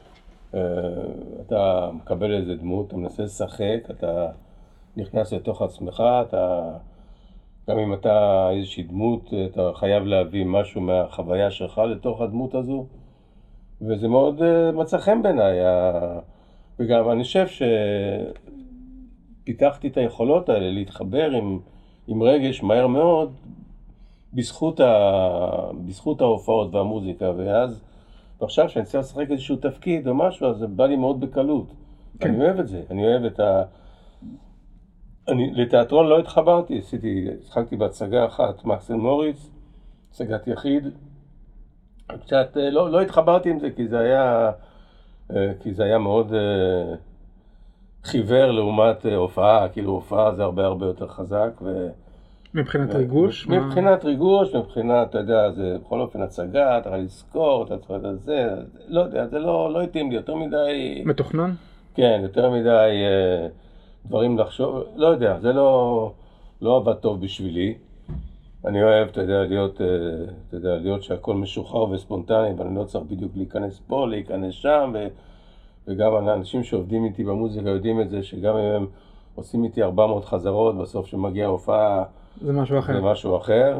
אתה מקבל איזה דמות, אתה מנסה לשחק, אתה נכנס לתוך עצמך, אתה, גם אם אתה איזושהי דמות, אתה חייב להביא משהו מהחוויה שלך לתוך הדמות הזו. וזה מאוד מצא חן בעיניי. וגם אני חושב ש... פיתחתי את היכולות האלה להתחבר עם, עם רגש מהר מאוד בזכות, ה, בזכות ההופעות והמוזיקה, ואז ועכשיו שאני צריך לשחק איזשהו תפקיד או משהו, אז זה בא לי מאוד בקלות. כן. אני אוהב את זה, אני אוהב את ה... אני, לתיאטרון לא התחברתי, עשיתי, שחקתי בהצגה אחת, מקסל מוריץ, הצגת יחיד. קצת לא, לא התחברתי עם זה כי זה היה, כי זה היה מאוד... חיוור לעומת הופעה, כאילו הופעה זה הרבה הרבה יותר חזק. ו... מבחינת ריגוש? מבחינת ריגוש, מבחינת, אתה יודע, זה בכל אופן הצגה, אתה צריך לזכור, אתה צריך את זה, לא יודע, זה לא, לא התאים לי, יותר מדי... מתוכנן? כן, יותר מדי דברים לחשוב, לא יודע, זה לא, לא עבד טוב בשבילי. אני אוהב, אתה יודע, להיות, אתה יודע, להיות שהכל משוחרר וספונטני, אבל אני לא צריך בדיוק להיכנס פה, להיכנס שם, ו... וגם האנשים שעובדים איתי במוזיקה יודעים את זה, שגם אם הם עושים איתי ארבע מאות חזרות, בסוף שמגיע הופעה, זה משהו אחר. זה משהו אחר,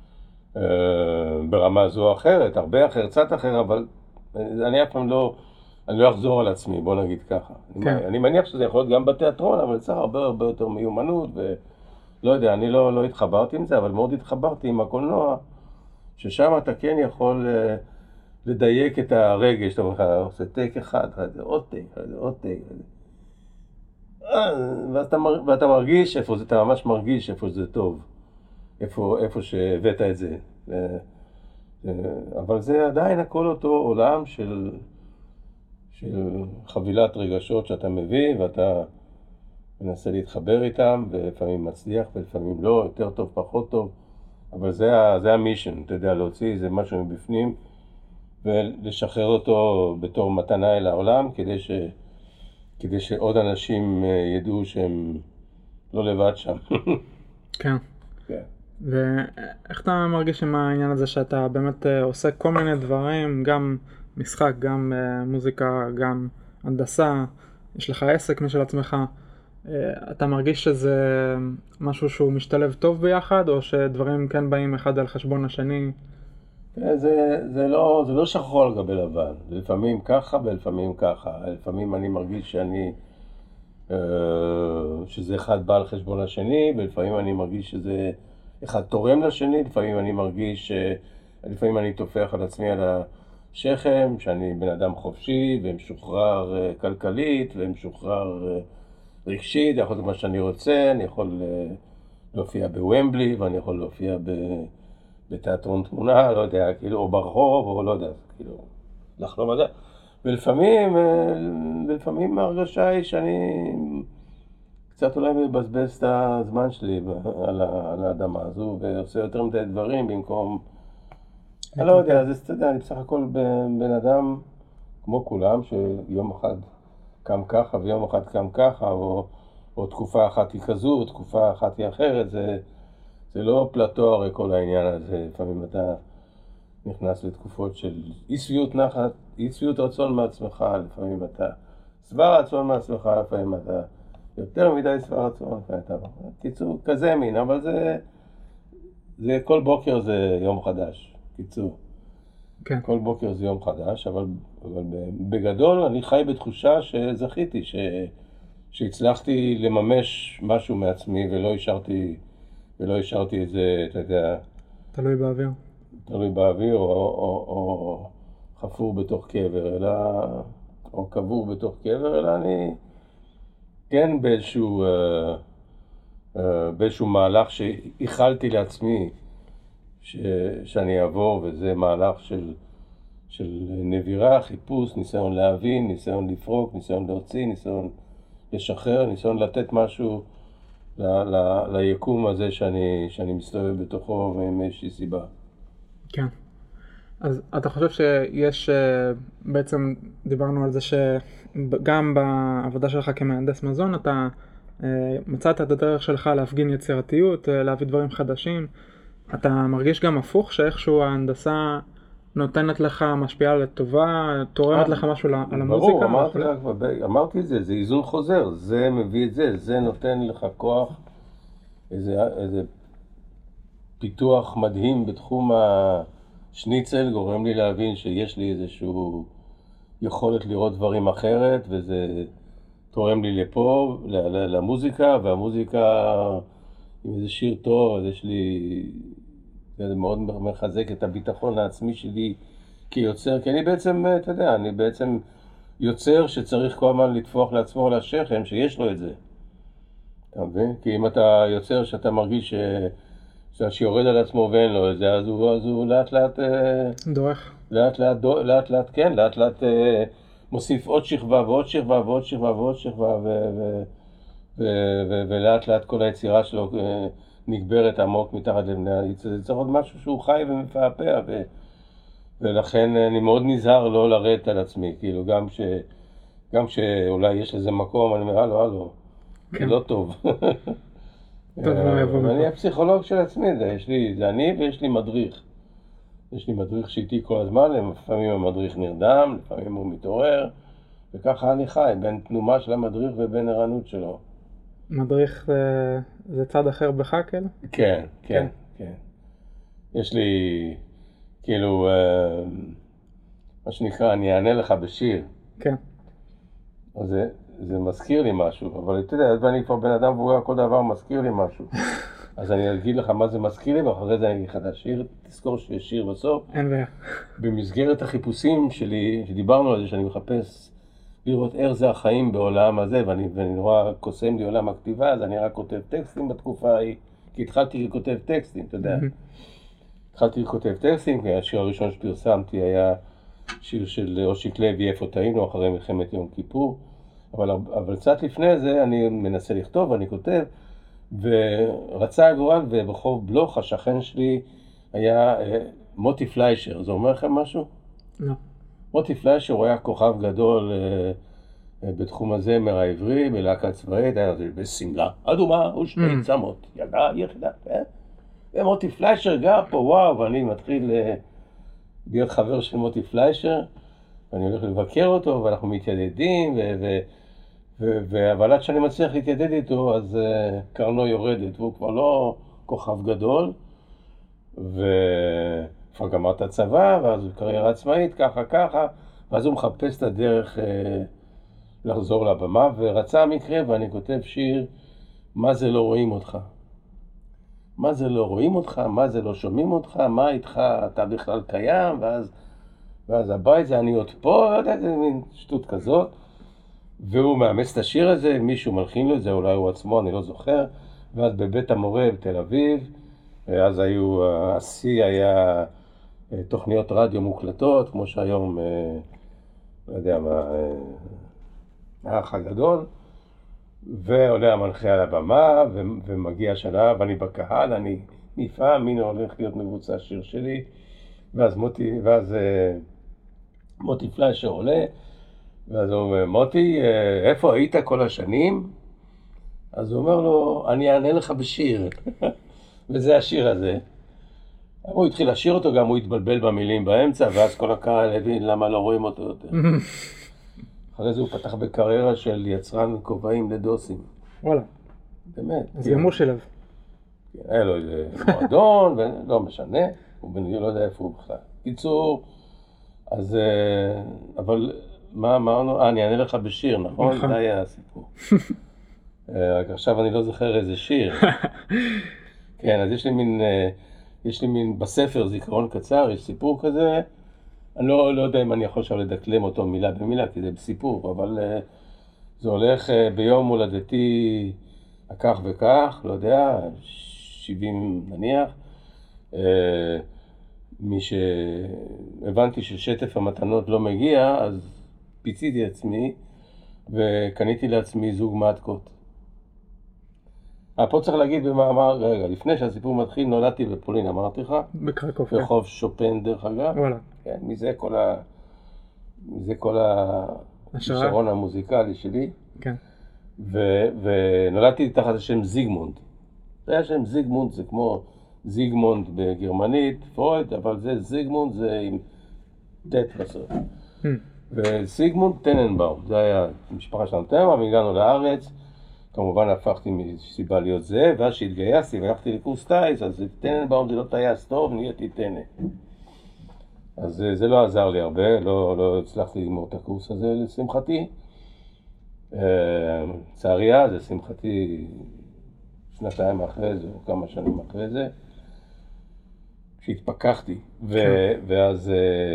ברמה זו או אחרת, הרבה אחר, קצת אחר, אבל אני אף פעם לא, אני לא אחזור על עצמי, בוא נגיד ככה. כן. אני, אני מניח שזה יכול להיות גם בתיאטרון, אבל צריך הרבה הרבה יותר מיומנות, ולא יודע, אני לא, לא התחברתי עם זה, אבל מאוד התחברתי עם הקולנוע, ששם אתה כן יכול... לדייק את הרגש, אתה אומר לך, עושה טייק אחד, עוד טייק, עוד טייק. ואתה מרגיש איפה זה, אתה ממש מרגיש איפה זה טוב, איפה, איפה שהבאת את זה. אבל זה עדיין הכל אותו עולם של, של חבילת רגשות שאתה מביא, ואתה מנסה להתחבר איתם, ולפעמים מצליח ולפעמים לא, יותר טוב, פחות טוב. אבל זה, זה המישן, אתה יודע, להוציא איזה משהו מבפנים, ולשחרר אותו בתור מתנה אל העולם, כדי, ש... כדי שעוד אנשים ידעו שהם לא לבד שם. כן. כן. ואיך אתה מרגיש עם העניין הזה שאתה באמת עושה כל מיני דברים, גם משחק, גם מוזיקה, גם הנדסה, יש לך עסק משל עצמך, אתה מרגיש שזה משהו שהוא משתלב טוב ביחד, או שדברים כן באים אחד על חשבון השני? זה, זה לא, זה לא שחור על גבי לבן, לפעמים ככה ולפעמים ככה, לפעמים אני מרגיש שאני, שזה אחד בא על חשבון השני, ולפעמים אני מרגיש שזה אחד תורם לשני, לפעמים אני מרגיש, לפעמים אני תופח על עצמי על השכם, שאני בן אדם חופשי ומשוחרר כלכלית ומשוחרר רגשית, יכול להיות מה שאני רוצה, אני יכול להופיע בוומבלי ואני יכול להופיע ב... בתיאטרון תמונה, לא יודע, כאילו, או ברחוב, או לא יודע, כאילו, לחלום על זה. ולפעמים, ולפעמים ההרגשה היא שאני קצת אולי מבזבז את הזמן שלי על, על האדמה הזו, ועושה יותר מדי דברים במקום, אני לא יודע, אז אתה יודע, אני בסך הכל בן אדם, כמו כולם, שיום אחד קם ככה, ויום אחד קם ככה, או, או תקופה אחת היא כזו, או תקופה אחת היא אחרת, זה... זה לא פלטו הרי כל העניין הזה, לפעמים אתה נכנס לתקופות של אי שביעות נחת, אי שביעות רצון מעצמך, לפעמים אתה שבע רצון מעצמך, לפעמים אתה יותר מדי שבע רצון, לפעמים אתה קיצור כזה מין, אבל זה, זה כל בוקר זה יום חדש, קיצור. כן. כל בוקר זה יום חדש, אבל, אבל בגדול אני חי בתחושה שזכיתי, ש, שהצלחתי לממש משהו מעצמי ולא השארתי, ולא השארתי את זה, אתה יודע, תלוי באוויר. תלוי באוויר או, או, או חפור בתוך קבר, אלא, או קבור בתוך קבר, אלא אני כן באיזשהו, אה, אה, באיזשהו מהלך שאיחלתי לעצמי ש, שאני אעבור, וזה מהלך של, של נבירה, חיפוש, ניסיון להבין, ניסיון לפרוק, ניסיון להוציא, ניסיון לשחרר, ניסיון לתת משהו ל, ל, ליקום הזה שאני, שאני מסתובב בתוכו מאיזושהי סיבה. כן. אז אתה חושב שיש, בעצם דיברנו על זה שגם בעבודה שלך כמהנדס מזון אתה מצאת את הדרך שלך להפגין יצירתיות, להביא דברים חדשים. אתה מרגיש גם הפוך שאיכשהו ההנדסה נותנת לך, משפיעה לטובה, תורמת לך משהו על המוזיקה? ברור, אמרתי, אמרתי את זה, זה איזון חוזר, זה מביא את זה, זה נותן לך כוח, איזה, איזה פיתוח מדהים בתחום השניצל, גורם לי להבין שיש לי איזשהו יכולת לראות דברים אחרת, וזה תורם לי לפה, למוזיקה, והמוזיקה עם איזה שיר טוב, אז יש לי, זה מאוד מחזק את הביטחון העצמי שלי כיוצר, כי אני בעצם, אתה יודע, אני בעצם יוצר שצריך כל הזמן לטפוח לעצמו על השכם, שיש לו את זה. אתה מבין? כי אם אתה יוצר שאתה מרגיש ש... שיורד על עצמו ואין לו את זה, אז הוא, אז הוא לאט לאט... דורך. לאט לאט, לאט לאט, כן, לאט לאט מוסיף עוד שכבה ועוד שכבה ועוד שכבה ועוד שכבה ו... ו... ו... ו... ולאט לאט כל היצירה שלו נגברת עמוק מתחת לבני היצר. זה צריך עוד משהו שהוא חי ומפעפע, ו... ולכן אני מאוד נזהר לא לרדת על עצמי, כאילו גם ש... גם שאולי יש לזה מקום, אני אומר, הלו, הלו, זה לא טוב. טוב, לא יבוא מפה. אני הפסיכולוג של עצמי, זה, יש לי, זה אני ויש לי מדריך. יש לי מדריך שאיתי כל הזמן, לפעמים המדריך נרדם, לפעמים הוא מתעורר, וככה אני חי, בין תנומה של המדריך ובין ערנות שלו. מדריך זה, זה צד אחר בך, כאילו? כן, כן, כן. יש לי, כאילו, מה שנקרא, אני אענה לך בשיר. כן. אז זה, זה מזכיר לי משהו, אבל אתה יודע, ואני כבר בן אדם מבוגר, כל דבר מזכיר לי משהו. אז אני אגיד לך מה זה מזכיר לי, ואחרי זה אני אגיד לך את השיר, תזכור שיש שיר בסוף. אין בעיה. במסגרת החיפושים שלי, שדיברנו על זה, שאני מחפש לראות איך זה החיים בעולם הזה, ואני, ואני נורא קוסם לי עולם הכתיבה, אז אני רק כותב טקסטים בתקופה ההיא, כי התחלתי לכותב טקסטים, אתה יודע. התחלתי לכותב טקסטים, כי השיר הראשון שפרסמתי היה שיר של אושיק לוי, איפה טעינו, אחרי מלחמת יום כיפור. אבל, אבל קצת לפני זה אני מנסה לכתוב, אני כותב, ורצה הגורל, וברחוב בלוך, השכן שלי היה מוטי פליישר. זה אומר לכם משהו? לא. מוטי פליישר הוא היה כוכב גדול בתחום הזמר העברי, בלהקה צבאית, היה בסמלה אדומה ושתי צמות, ילדה יחידה. ומוטי פליישר גר פה, וואו, ואני מתחיל להיות חבר של מוטי פליישר, ואני הולך לבקר אותו, ואנחנו מתיידדים, ו... ו... ו... ו... אבל עד שאני מצליח להתיידד איתו, אז uh, קרנו יורדת, והוא כבר לא כוכב גדול, וכבר גמר את הצבא, ואז הוא קריירה עצמאית, ככה ככה, ואז הוא מחפש את הדרך uh, לחזור לבמה, ורצה המקרה, ואני כותב שיר, מה זה לא רואים אותך? מה זה לא רואים אותך? מה זה לא שומעים אותך? מה איתך? אתה בכלל קיים? ואז... ואז הבית זה אני עוד פה, לא יודע, זה מין שטות כזאת. והוא מאמץ את השיר הזה, מישהו מלחין לו את זה, אולי הוא עצמו, אני לא זוכר. ואז בבית המורה בתל אביב, אז היו, השיא היה תוכניות רדיו מוקלטות, כמו שהיום, לא יודע מה, האח הגדול. ועולה המנחה על הבמה, ומגיע שנה, ואני בקהל, אני נפעם, הנה הולך להיות מבוצע שיר שלי. ואז מוטי, ואז מוטי פליישר עולה, ואז הוא אומר, מוטי, איפה היית כל השנים? אז הוא אומר לו, אני אענה לך בשיר. וזה השיר הזה. הוא התחיל לשיר אותו, גם הוא התבלבל במילים באמצע, ואז כל הקהל הבין למה לא רואים אותו יותר. אחרי זה הוא פתח בקריירה של יצרן כובעים לדוסים. וואלה. באמת. אז גם הוא שלב. היה לו איזה מועדון, ולא משנה, הוא לא יודע איפה הוא בכלל. קיצור, אז, אבל מה אמרנו? אה, אני אענה לך בשיר, נכון? זה היה הסיפור. רק עכשיו אני לא זוכר איזה שיר. כן, אז יש לי מין, יש לי מין בספר זיכרון קצר, יש סיפור כזה, אני לא, לא יודע אם אני יכול עכשיו לדקלם אותו מילה במילה, כי זה בסיפור, אבל זה הולך ביום הולדתי כך וכך, לא יודע, שבעים נניח, מי שהבנתי ששטף המתנות לא מגיע, אז פיציתי עצמי וקניתי לעצמי זוג מתקות. פה צריך להגיד במאמר, רגע, לפני שהסיפור מתחיל, נולדתי בפולין, אמרתי לך? בקרקוב. ברחוב שופן דרך אגב. וואלה. כן, מזה כל ה... מזה כל השרון המוזיקלי שלי. כן. ו... ונולדתי תחת השם זיגמונד. זה היה שם זיגמונד, זה כמו זיגמונד בגרמנית, פרויד, אבל זה זיגמונד, זה עם דט בסוף. וזיגמונד טננבאום, זה היה משפחה שלנו טננבאום, הגענו לארץ, כמובן הפכתי מסיבה להיות זה, ואז שהתגייסתי והלכתי לקורס טייס, אז טננבאום זה לא טייס טוב, נהייתי טנא. אז זה לא עזר לי הרבה, לא, לא הצלחתי לגמור את הקורס הזה לשמחתי. צעריה, זה שמחתי שנתיים אחרי זה, או כמה שנים אחרי זה, כשהתפכחתי, ו- ואז,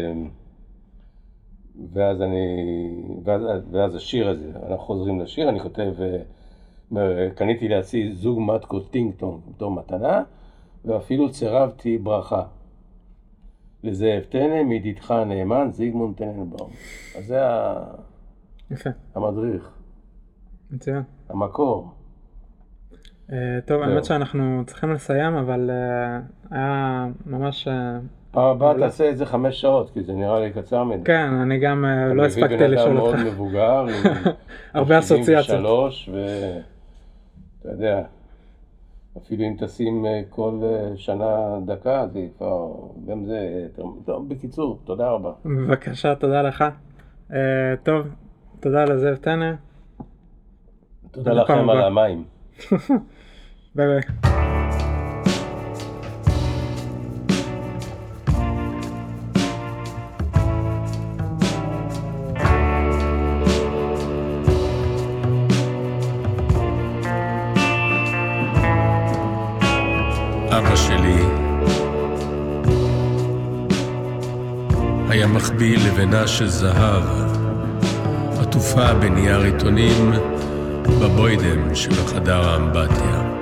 ואז אני, ואז, ואז השיר הזה, אנחנו חוזרים לשיר, אני כותב, קניתי לעצמי זוג מתקות טינג-טונג בתור מתנה, ואפילו צירבתי ברכה. לזאב טנא, מידידך הנאמן, זיגמונד טננבאום. אז זה יפה. המדריך. מצוין. המקור. Uh, טוב, האמת שאנחנו צריכים לסיים, אבל uh, היה ממש... פעם הבאה תעשה את זה חמש שעות, כי זה נראה לי קצר מדי. כן, אני גם uh, לא הספקתי לשאול אותך. אתה מביא בן אדם מאוד מבוגר, הרבה אסוציאציות. שבעים ושלוש, ואתה יודע, אפילו אם תשים כל שנה דקה, זה כבר, גם זה, טוב, בקיצור, תודה רבה. בבקשה, תודה לך. Uh, טוב, תודה לזאב טנא. תודה לכם על המים. ביי ביי. אבא שלי היה מחביא לבנה של זהב עטופה בנייר עיתונים בבוידם שבחדר האמבטיה.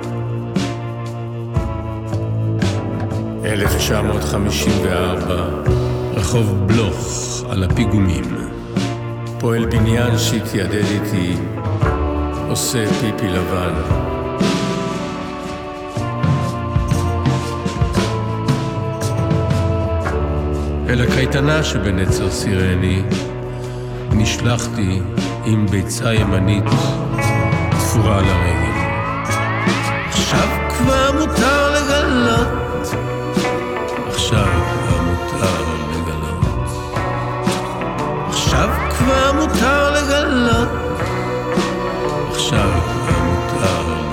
אלף תשע מאות חמישים וארבע, רחוב בלוך על הפיגומים. פועל בניין שהתיידד איתי, עושה פיפי לבן. אל הקייטנה שבנצר סירני נשלחתי עם ביצה ימנית תפורה על הרגל. עכשיו כבר מותר לגלות, עכשיו כבר מותר לגלות, עכשיו כבר מותר לגלות, עכשיו כבר מותר לגלות.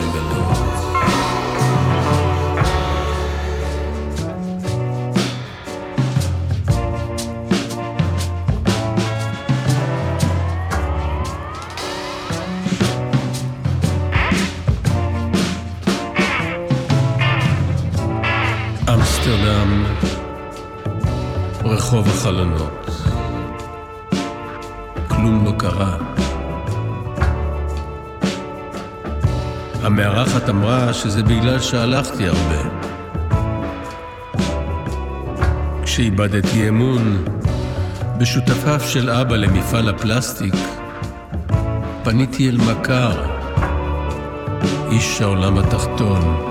אמסטרדם, רחוב החלונות. כלום לא קרה. המארחת אמרה שזה בגלל שהלכתי הרבה. כשאיבדתי אמון בשותפיו של אבא למפעל הפלסטיק, פניתי אל מכר, איש העולם התחתון.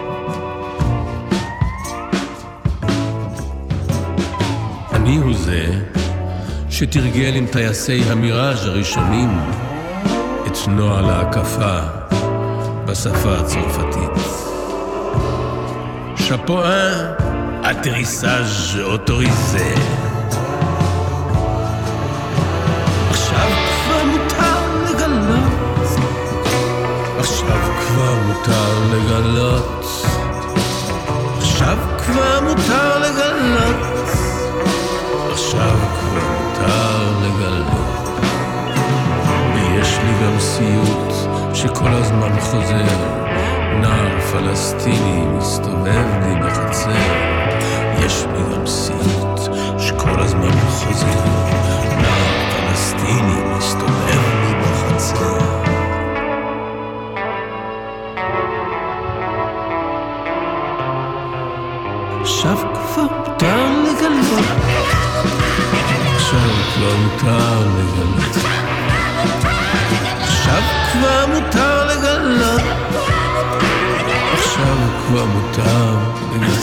אני הוא זה שתרגל עם טייסי המיראז' הראשונים את נוהל ההקפה בשפה הצרפתית. chapeau un, atterrissage autorisé. עכשיו כבר מותר לגלות, עכשיו כבר מותר לגלות, עכשיו כבר מותר לגלות, עכשיו כבר מותר לגלות. ויש לי גם סיוט שכל הזמן חוזר, נער פלסטיני מסתובב לי בחצר. יש לי גם סיוט שכל הזמן חוזר, נער פלסטיני מסתובב לי בחצר. עכשיו כבר מותר לגלות, עכשיו כבר מותר לגלות, עכשיו כבר מותר לגלות, עכשיו כבר מותר לגלות.